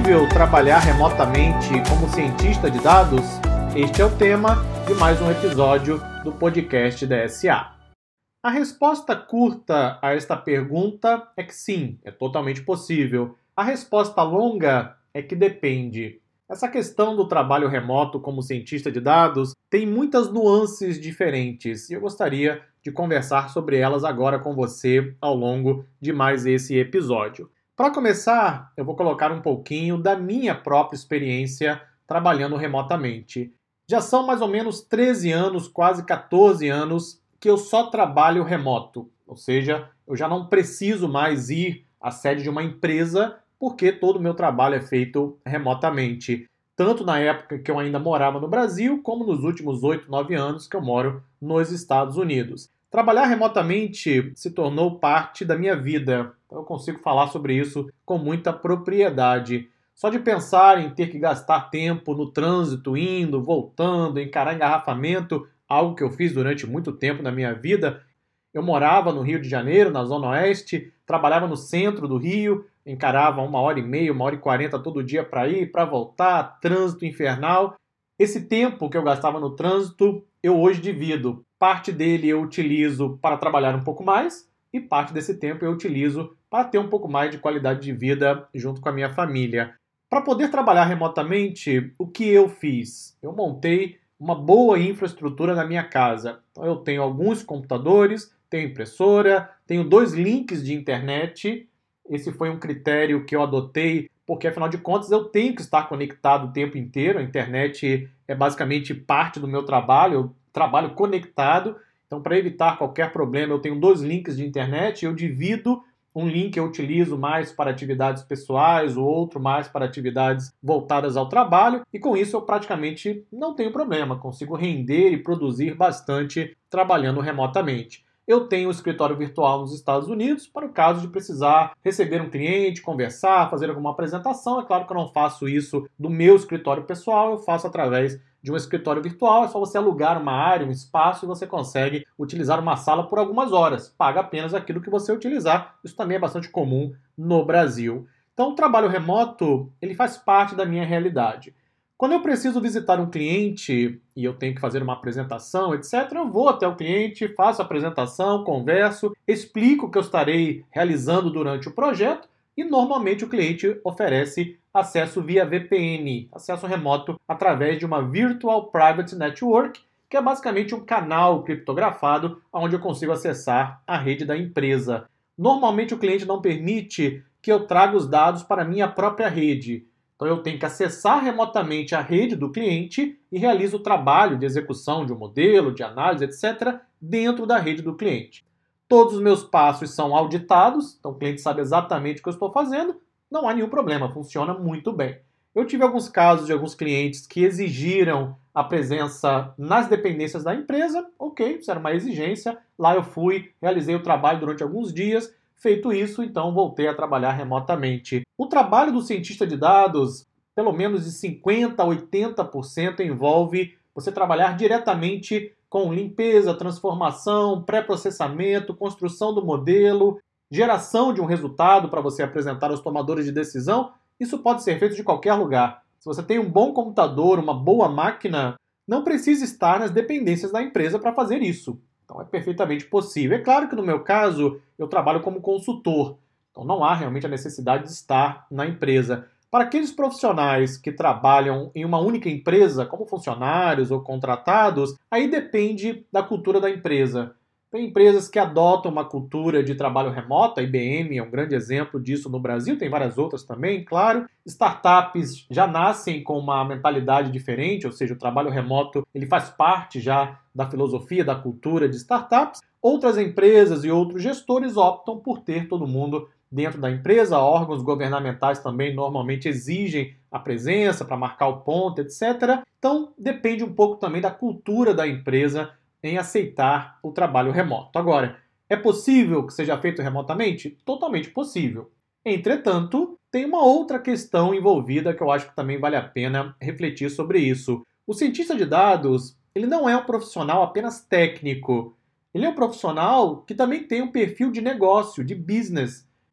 possível trabalhar remotamente como cientista de dados? Este é o tema de mais um episódio do podcast DSA. A resposta curta a esta pergunta é que sim, é totalmente possível. A resposta longa é que depende. Essa questão do trabalho remoto como cientista de dados tem muitas nuances diferentes e eu gostaria de conversar sobre elas agora com você ao longo de mais esse episódio. Para começar, eu vou colocar um pouquinho da minha própria experiência trabalhando remotamente. Já são mais ou menos 13 anos, quase 14 anos, que eu só trabalho remoto. Ou seja, eu já não preciso mais ir à sede de uma empresa porque todo o meu trabalho é feito remotamente. Tanto na época que eu ainda morava no Brasil, como nos últimos 8, 9 anos que eu moro nos Estados Unidos. Trabalhar remotamente se tornou parte da minha vida. Então eu consigo falar sobre isso com muita propriedade. Só de pensar em ter que gastar tempo no trânsito, indo, voltando, encarar engarrafamento, algo que eu fiz durante muito tempo na minha vida. Eu morava no Rio de Janeiro, na Zona Oeste, trabalhava no centro do Rio, encarava 1h30, 1h40 todo dia para ir, para voltar, trânsito infernal. Esse tempo que eu gastava no trânsito, eu hoje divido. Parte dele eu utilizo para trabalhar um pouco mais e parte desse tempo eu utilizo para ter um pouco mais de qualidade de vida junto com a minha família. Para poder trabalhar remotamente, o que eu fiz? Eu montei uma boa infraestrutura na minha casa. Então eu tenho alguns computadores, tenho impressora, tenho 2 links de internet. Esse foi um critério que eu adotei porque, afinal de contas, eu tenho que estar conectado o tempo inteiro. A internet é basicamente parte do meu trabalho, eu trabalho conectado. Então, para evitar qualquer problema, eu tenho 2 links de internet, eu divido. Um link eu utilizo mais para atividades pessoais, o outro mais para atividades voltadas ao trabalho, e com isso eu praticamente não tenho problema, consigo render e produzir bastante trabalhando remotamente. Eu tenho um escritório virtual nos Estados Unidos para o caso de precisar receber um cliente, conversar, fazer alguma apresentação. É claro que eu não faço isso do meu escritório pessoal, eu faço através de um escritório virtual. É só você alugar uma área, um espaço e você consegue utilizar uma sala por algumas horas. Paga apenas aquilo que você utilizar. Isso também é bastante comum no Brasil. Então o trabalho remoto, ele faz parte da minha realidade. Quando eu preciso visitar um cliente e eu tenho que fazer uma apresentação, etc., eu vou até o cliente, faço a apresentação, converso, explico o que eu estarei realizando durante o projeto e normalmente o cliente oferece acesso via VPN, acesso remoto através de uma Virtual Private Network, que é basicamente um canal criptografado onde eu consigo acessar a rede da empresa. Normalmente o cliente não permite que eu traga os dados para a minha própria rede. Então eu tenho que acessar remotamente a rede do cliente e realizo o trabalho de execução de um modelo, de análise, etc., dentro da rede do cliente. Todos os meus passos são auditados, então o cliente sabe exatamente o que eu estou fazendo, não há nenhum problema, funciona muito bem. Eu tive alguns casos de alguns clientes que exigiram a presença nas dependências da empresa, ok, isso era uma exigência, lá eu fui, realizei o trabalho durante alguns dias. Feito isso, então voltei a trabalhar remotamente. O trabalho do cientista de dados, pelo menos de 50% a 80% envolve você trabalhar diretamente com limpeza, transformação, pré-processamento, construção do modelo, geração de um resultado para você apresentar aos tomadores de decisão. Isso pode ser feito de qualquer lugar. Se você tem um bom computador, uma boa máquina, não precisa estar nas dependências da empresa para fazer isso. Então é perfeitamente possível. É claro que no meu caso eu trabalho como consultor, então não há realmente a necessidade de estar na empresa. Para aqueles profissionais que trabalham em uma única empresa, como funcionários ou contratados, aí depende da cultura da empresa. Tem empresas que adotam uma cultura de trabalho remoto, a IBM é um grande exemplo disso no Brasil, tem várias outras também, claro. Startups já nascem com uma mentalidade diferente, ou seja, o trabalho remoto ele faz parte já da filosofia, da cultura de startups. Outras empresas e outros gestores optam por ter todo mundo dentro da empresa, órgãos governamentais também normalmente exigem a presença para marcar o ponto, etc. Então depende um pouco também da cultura da empresa em aceitar o trabalho remoto. Agora, é possível que seja feito remotamente? Totalmente possível. Entretanto, tem uma outra questão envolvida que eu acho que também vale a pena refletir sobre isso. O cientista de dados, ele não é um profissional apenas técnico. Ele é um profissional que também tem um perfil de negócio, de business.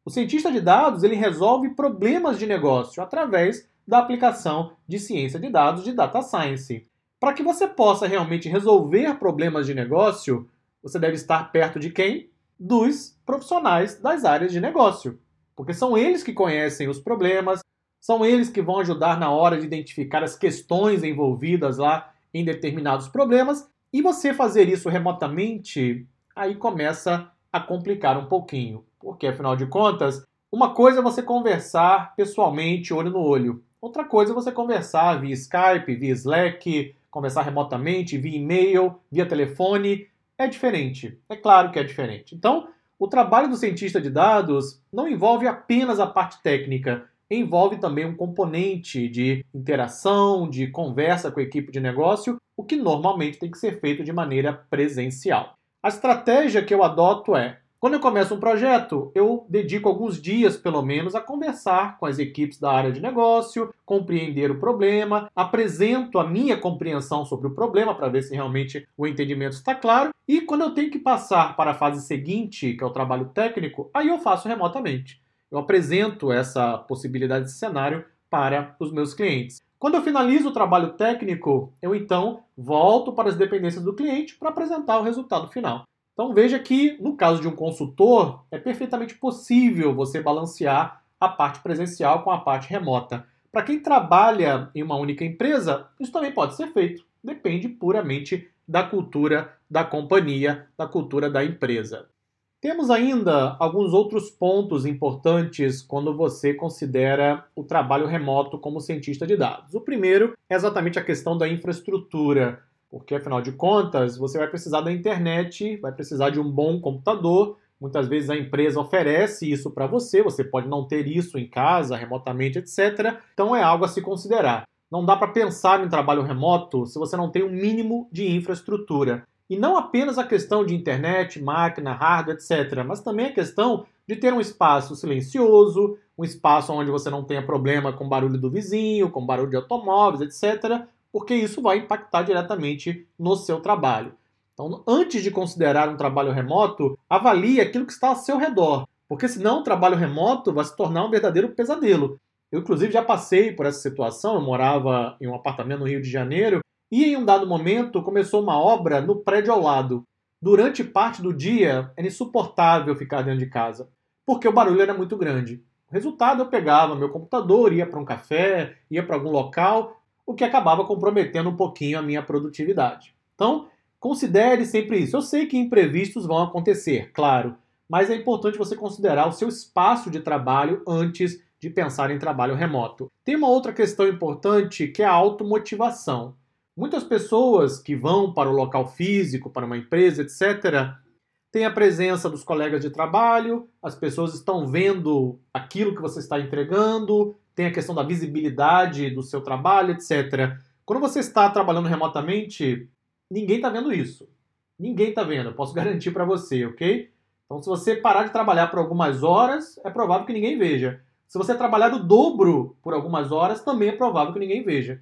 O cientista de dados ele resolve problemas de negócio através da aplicação de ciência de dados de data science. Para que você possa realmente resolver problemas de negócio, você deve estar perto de quem? Dos profissionais das áreas de negócio. Porque são eles que conhecem os problemas, são eles que vão ajudar na hora de identificar as questões envolvidas lá em determinados problemas. E você fazer isso remotamente, aí começa a complicar um pouquinho. Porque, afinal de contas, uma coisa é você conversar pessoalmente, olho no olho. Outra coisa é você conversar via Skype, via Slack, conversar remotamente, via e-mail, via telefone. É diferente. É claro que é diferente. Então, o trabalho do cientista de dados não envolve apenas a parte técnica, envolve também um componente de interação, de conversa com a equipe de negócio, o que normalmente tem que ser feito de maneira presencial. A estratégia que eu adoto é: quando eu começo um projeto, eu dedico alguns dias, pelo menos, a conversar com as equipes da área de negócio, compreender o problema, apresento a minha compreensão sobre o problema para ver se realmente o entendimento está claro. E quando eu tenho que passar para a fase seguinte, que é o trabalho técnico, aí eu faço remotamente. Eu apresento essa possibilidade de cenário para os meus clientes. Quando eu finalizo o trabalho técnico, eu então volto para as dependências do cliente para apresentar o resultado final. Então veja que, no caso de um consultor, é perfeitamente possível você balancear a parte presencial com a parte remota. Para quem trabalha em uma única empresa, isso também pode ser feito. Depende puramente da cultura da companhia, da cultura da empresa. Temos ainda alguns outros pontos importantes quando você considera o trabalho remoto como cientista de dados. O primeiro é exatamente a questão da infraestrutura. Porque, afinal de contas, você vai precisar da internet, vai precisar de um bom computador. Muitas vezes a empresa oferece isso para você, você pode não ter isso em casa, remotamente, etc. Então é algo a se considerar. Não dá para pensar em trabalho remoto se você não tem um mínimo de infraestrutura. E não apenas a questão de internet, máquina, hardware, etc., mas também a questão de ter um espaço silencioso, um espaço onde você não tenha problema com barulho do vizinho, com barulho de automóveis, etc., porque isso vai impactar diretamente no seu trabalho. Então, antes de considerar um trabalho remoto, avalie aquilo que está ao seu redor, porque senão o trabalho remoto vai se tornar um verdadeiro pesadelo. Eu, inclusive, já passei por essa situação, eu morava em um apartamento no Rio de Janeiro, e em um dado momento começou uma obra no prédio ao lado. Durante parte do dia, era insuportável ficar dentro de casa, porque o barulho era muito grande. O resultado, eu pegava meu computador, ia para um café, ia para algum local, o que acabava comprometendo um pouquinho a minha produtividade. Então, considere sempre isso. Eu sei que imprevistos vão acontecer, claro, mas é importante você considerar o seu espaço de trabalho antes de pensar em trabalho remoto. Tem uma outra questão importante que é a automotivação. Muitas pessoas que vão para o local físico, para uma empresa, etc., têm a presença dos colegas de trabalho, as pessoas estão vendo aquilo que você está entregando, tem a questão da visibilidade do seu trabalho, etc. Quando você está trabalhando remotamente, ninguém está vendo isso. Ninguém está vendo, eu posso garantir para você, ok? Então, se você parar de trabalhar por algumas horas, é provável que ninguém veja. Se você trabalhar o dobro por algumas horas, também é provável que ninguém veja.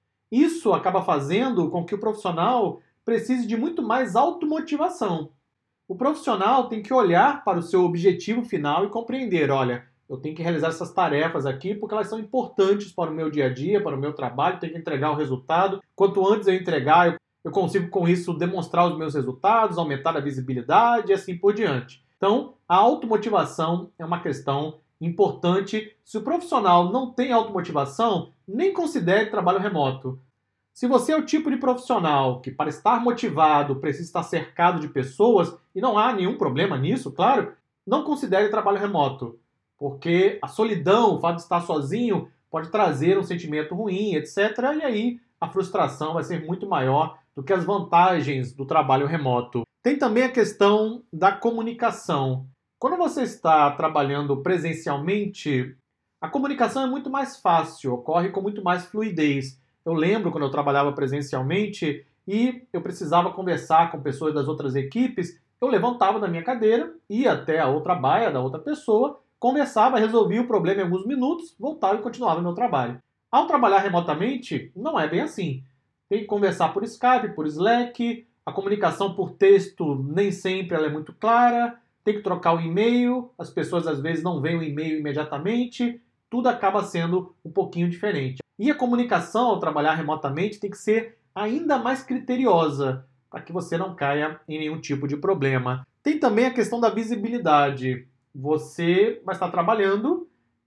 Isso acaba fazendo com que o profissional precise de muito mais automotivação. O profissional tem que olhar para o seu objetivo final e compreender, olha, eu tenho que realizar essas tarefas aqui porque elas são importantes para o meu dia a dia, para o meu trabalho, tenho que entregar o resultado. Quanto antes eu entregar, eu consigo com isso demonstrar os meus resultados, aumentar a visibilidade e assim por diante. Então, a automotivação é uma questão importante. Se o profissional não tem automotivação, nem considere trabalho remoto. Se você é o tipo de profissional que, para estar motivado, precisa estar cercado de pessoas, e não há nenhum problema nisso, claro, não considere trabalho remoto. Porque a solidão, o fato de estar sozinho, pode trazer um sentimento ruim, etc. E aí a frustração vai ser muito maior do que as vantagens do trabalho remoto. Tem também a questão da comunicação. Quando você está trabalhando presencialmente, a comunicação é muito mais fácil, ocorre com muito mais fluidez. Eu lembro quando eu trabalhava presencialmente e eu precisava conversar com pessoas das outras equipes, eu levantava da minha cadeira, ia até a outra baia da outra pessoa, conversava, resolvia o problema em alguns minutos, voltava e continuava o meu trabalho. Ao trabalhar remotamente, não é bem assim. Tem que conversar por Skype, por Slack, a comunicação por texto nem sempre ela é muito clara, tem que trocar o e-mail, as pessoas às vezes não veem o e-mail imediatamente, tudo acaba sendo um pouquinho diferente. E a comunicação ao trabalhar remotamente tem que ser ainda mais criteriosa, para que você não caia em nenhum tipo de problema. Tem também a questão da visibilidade. Você vai estar trabalhando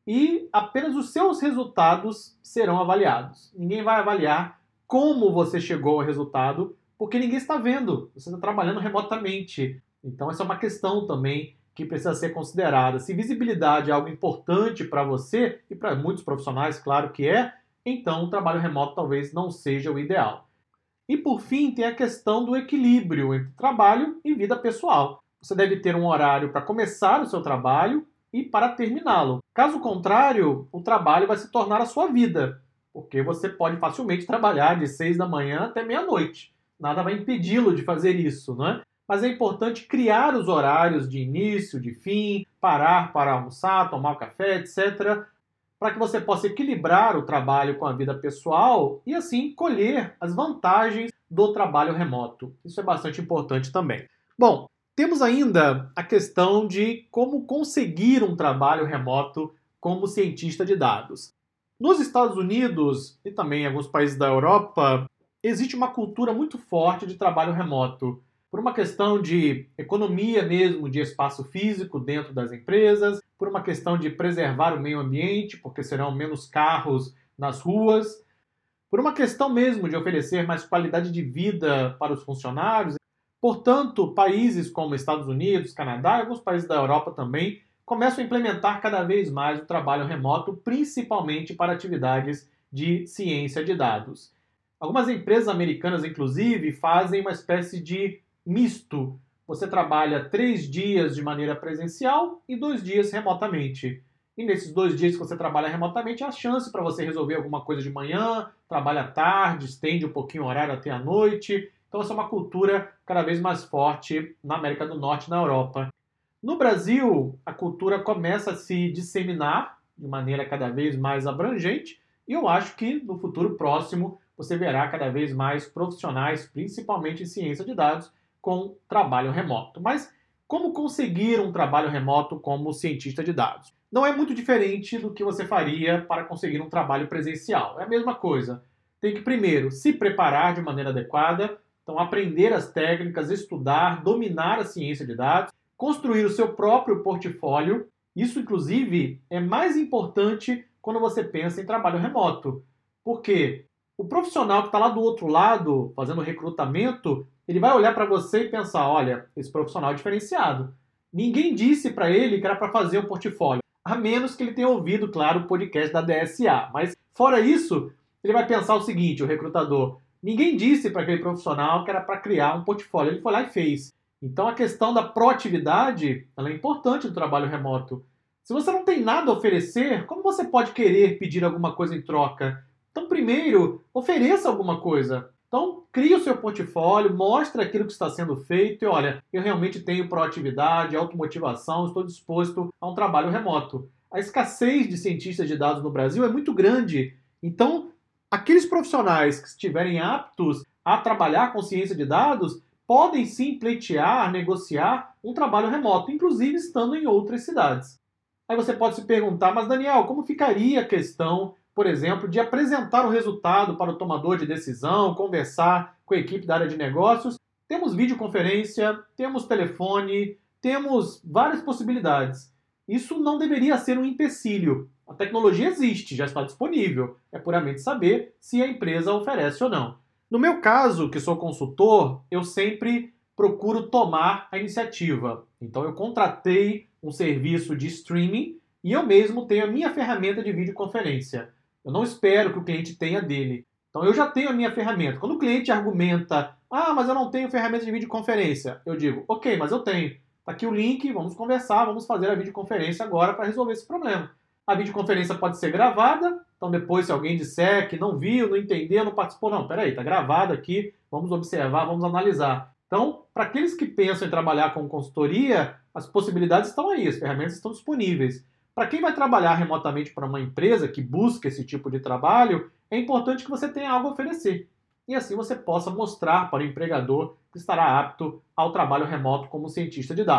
e apenas os seus resultados serão avaliados. Ninguém vai avaliar como você chegou ao resultado, porque ninguém está vendo. Você está trabalhando remotamente. Então essa é uma questão também que precisa ser considerada. Se visibilidade é algo importante para você, e para muitos profissionais, claro que é, então o trabalho remoto talvez não seja o ideal. E por fim, tem a questão do equilíbrio entre trabalho e vida pessoal. Você deve ter um horário para começar o seu trabalho e para terminá-lo. Caso contrário, o trabalho vai se tornar a sua vida, porque você pode facilmente trabalhar de 6 da manhã até meia-noite. Nada vai impedi-lo de fazer isso, não é? Mas é importante criar os horários de início, de fim, parar para almoçar, tomar um café, etc., para que você possa equilibrar o trabalho com a vida pessoal e assim colher as vantagens do trabalho remoto. Isso é bastante importante também. Bom, temos ainda a questão de como conseguir um trabalho remoto como cientista de dados. Nos Estados Unidos e também em alguns países da Europa, existe uma cultura muito forte de trabalho remoto. Por uma questão de economia mesmo, de espaço físico dentro das empresas, por uma questão de preservar o meio ambiente, porque serão menos carros nas ruas, por uma questão mesmo de oferecer mais qualidade de vida para os funcionários. Portanto, países como Estados Unidos, Canadá e alguns países da Europa também começam a implementar cada vez mais o trabalho remoto, principalmente para atividades de ciência de dados. Algumas empresas americanas, inclusive, fazem uma espécie de misto. Você trabalha 3 dias de maneira presencial e 2 dias remotamente. E nesses 2 dias que você trabalha remotamente, há chance para você resolver alguma coisa de manhã, trabalha à tarde, estende um pouquinho o horário até a noite. Então essa é uma cultura cada vez mais forte na América do Norte e na Europa. No Brasil, a cultura começa a se disseminar de maneira cada vez mais abrangente e eu acho que no futuro próximo você verá cada vez mais profissionais, principalmente em ciência de dados, com trabalho remoto. Mas como conseguir um trabalho remoto como cientista de dados? Não é muito diferente do que você faria para conseguir um trabalho presencial. É a mesma coisa. Tem que primeiro se preparar de maneira adequada, então aprender as técnicas, estudar, dominar a ciência de dados, construir o seu próprio portfólio. Isso, inclusive, é mais importante quando você pensa em trabalho remoto. Porque o profissional que está lá do outro lado, fazendo recrutamento, ele vai olhar para você e pensar, olha, esse profissional é diferenciado. Ninguém disse para ele que era para fazer um portfólio, a menos que ele tenha ouvido, claro, o podcast da DSA. Mas, fora isso, ele vai pensar o seguinte, o recrutador, ninguém disse para aquele profissional que era para criar um portfólio, ele foi lá e fez. Então, a questão da proatividade, ela é importante no trabalho remoto. Se você não tem nada a oferecer, como você pode querer pedir alguma coisa em troca? Então, primeiro, ofereça alguma coisa. Então, crie o seu portfólio, mostre aquilo que está sendo feito e olha, eu realmente tenho proatividade, automotivação, estou disposto a um trabalho remoto. A escassez de cientistas de dados no Brasil é muito grande. Então, aqueles profissionais que estiverem aptos a trabalhar com ciência de dados podem sim pleitear, negociar um trabalho remoto, inclusive estando em outras cidades. Aí você pode se perguntar, mas Daniel, como ficaria a questão, por exemplo, de apresentar o resultado para o tomador de decisão, conversar com a equipe da área de negócios? Temos videoconferência, temos telefone, temos várias possibilidades. Isso não deveria ser um empecilho. A tecnologia existe, já está disponível. É puramente saber se a empresa oferece ou não. No meu caso, que sou consultor, eu sempre procuro tomar a iniciativa. Então eu contratei um serviço de streaming e eu mesmo tenho a minha ferramenta de videoconferência. Eu não espero que o cliente tenha dele. Então eu já tenho a minha ferramenta. Quando o cliente argumenta, mas eu não tenho ferramenta de videoconferência, eu digo, ok, mas eu tenho. Está aqui o link, vamos conversar, vamos fazer a videoconferência agora para resolver esse problema. A videoconferência pode ser gravada, então depois se alguém disser que não viu, não entendeu, não participou, não, peraí, está gravado aqui, vamos observar, vamos analisar. Então, para aqueles que pensam em trabalhar com consultoria, as possibilidades estão aí, as ferramentas estão disponíveis. Para quem vai trabalhar remotamente para uma empresa que busca esse tipo de trabalho, é importante que você tenha algo a oferecer. E assim você possa mostrar para o empregador que estará apto ao trabalho remoto como cientista de dados.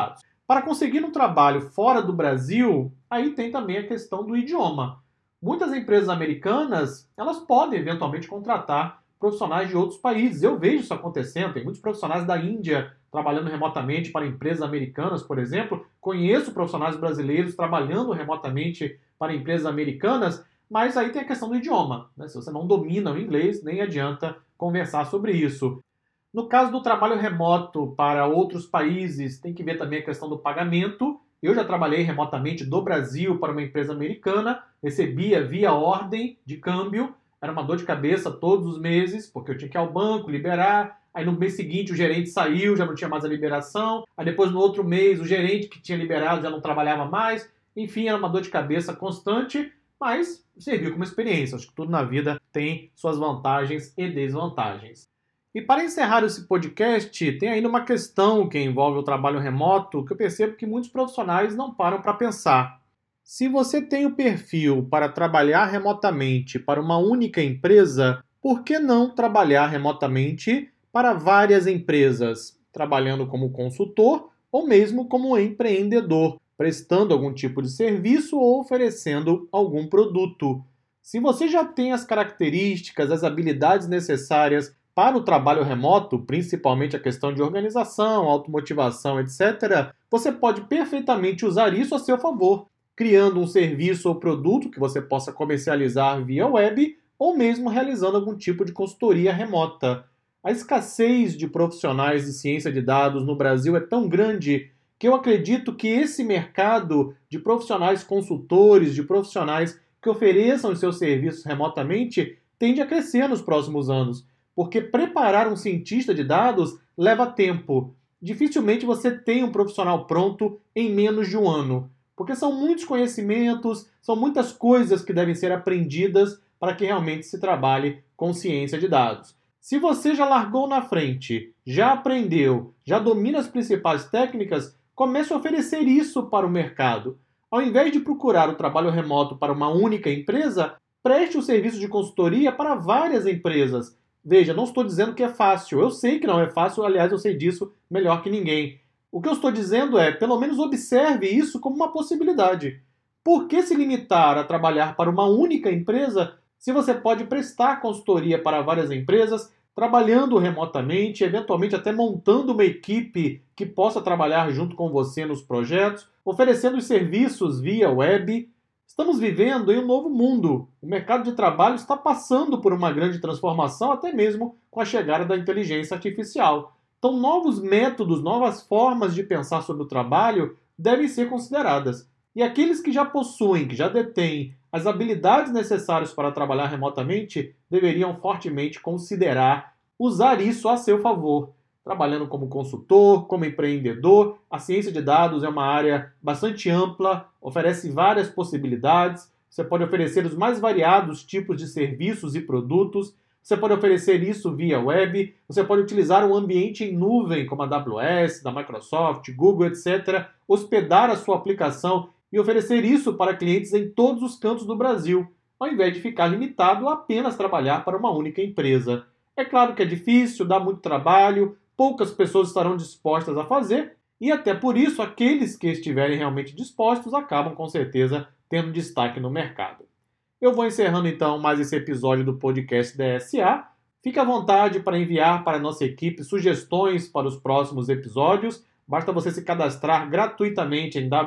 Para conseguir um trabalho fora do Brasil, aí tem também a questão do idioma. Muitas empresas americanas, elas podem eventualmente contratar profissionais de outros países. Eu vejo isso acontecendo, tem muitos profissionais da Índia trabalhando remotamente para empresas americanas, por exemplo. Conheço profissionais brasileiros trabalhando remotamente para empresas americanas, mas aí tem a questão do idioma, né? Se você não domina o inglês, nem adianta conversar sobre isso. No caso do trabalho remoto para outros países, tem que ver também a questão do pagamento. Eu já trabalhei remotamente do Brasil para uma empresa americana, recebia via ordem de câmbio, era uma dor de cabeça todos os meses, porque eu tinha que ir ao banco, liberar, aí no mês seguinte o gerente saiu, já não tinha mais a liberação, aí depois no outro mês o gerente que tinha liberado já não trabalhava mais, enfim, era uma dor de cabeça constante, mas serviu como experiência. Acho que tudo na vida tem suas vantagens e desvantagens. E para encerrar esse podcast, tem ainda uma questão que envolve o trabalho remoto que eu percebo que muitos profissionais não param para pensar. Se você tem o perfil para trabalhar remotamente para uma única empresa, por que não trabalhar remotamente para várias empresas, trabalhando como consultor ou mesmo como empreendedor, prestando algum tipo de serviço ou oferecendo algum produto? Se você já tem as características, as habilidades necessárias para o trabalho remoto, principalmente a questão de organização, automotivação, etc., você pode perfeitamente usar isso a seu favor, criando um serviço ou produto que você possa comercializar via web ou mesmo realizando algum tipo de consultoria remota. A escassez de profissionais de ciência de dados no Brasil é tão grande que eu acredito que esse mercado de profissionais consultores, de profissionais que ofereçam os seus serviços remotamente, tende a crescer nos próximos anos. Porque preparar um cientista de dados leva tempo. Dificilmente você tem um profissional pronto em menos de um ano. Porque são muitos conhecimentos, são muitas coisas que devem ser aprendidas para que realmente se trabalhe com ciência de dados. Se você já largou na frente, já aprendeu, já domina as principais técnicas, comece a oferecer isso para o mercado. Ao invés de procurar o trabalho remoto para uma única empresa, preste o serviço de consultoria para várias empresas. Veja, não estou dizendo que é fácil. Eu sei que não é fácil, aliás, eu sei disso melhor que ninguém. O que eu estou dizendo é, pelo menos observe isso como uma possibilidade. Por que se limitar a trabalhar para uma única empresa se você pode prestar consultoria para várias empresas, trabalhando remotamente, eventualmente até montando uma equipe que possa trabalhar junto com você nos projetos, oferecendo os serviços via web? Estamos vivendo em um novo mundo. O mercado de trabalho está passando por uma grande transformação, até mesmo com a chegada da inteligência artificial. Então, novos métodos, novas formas de pensar sobre o trabalho devem ser consideradas. E aqueles que já possuem, que já detêm as habilidades necessárias para trabalhar remotamente, deveriam fortemente considerar usar isso a seu favor. Trabalhando como consultor, como empreendedor, a ciência de dados é uma área bastante ampla, oferece várias possibilidades. Você pode oferecer os mais variados tipos de serviços e produtos. Você pode oferecer isso via web. Você pode utilizar um ambiente em nuvem, como a AWS, da Microsoft, Google, etc., hospedar a sua aplicação e oferecer isso para clientes em todos os cantos do Brasil, ao invés de ficar limitado a apenas trabalhar para uma única empresa. É claro que é difícil, dá muito trabalho, poucas pessoas estarão dispostas a fazer, e até por isso aqueles que estiverem realmente dispostos acabam com certeza tendo destaque no mercado. Eu vou encerrando então mais esse episódio do podcast DSA. Fique à vontade para enviar para a nossa equipe sugestões para os próximos episódios. Basta você se cadastrar gratuitamente em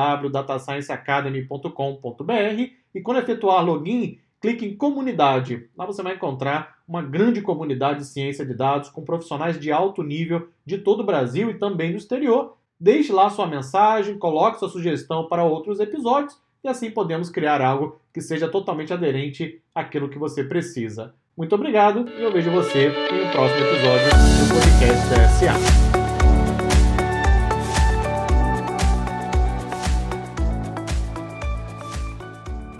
www.datascienceacademy.com.br e quando efetuar login, clique em comunidade. Lá você vai encontrar uma grande comunidade de ciência de dados com profissionais de alto nível de todo o Brasil e também do exterior. Deixe lá sua mensagem, coloque sua sugestão para outros episódios e assim podemos criar algo que seja totalmente aderente àquilo que você precisa. Muito obrigado e eu vejo você em um próximo episódio do podcast DSA.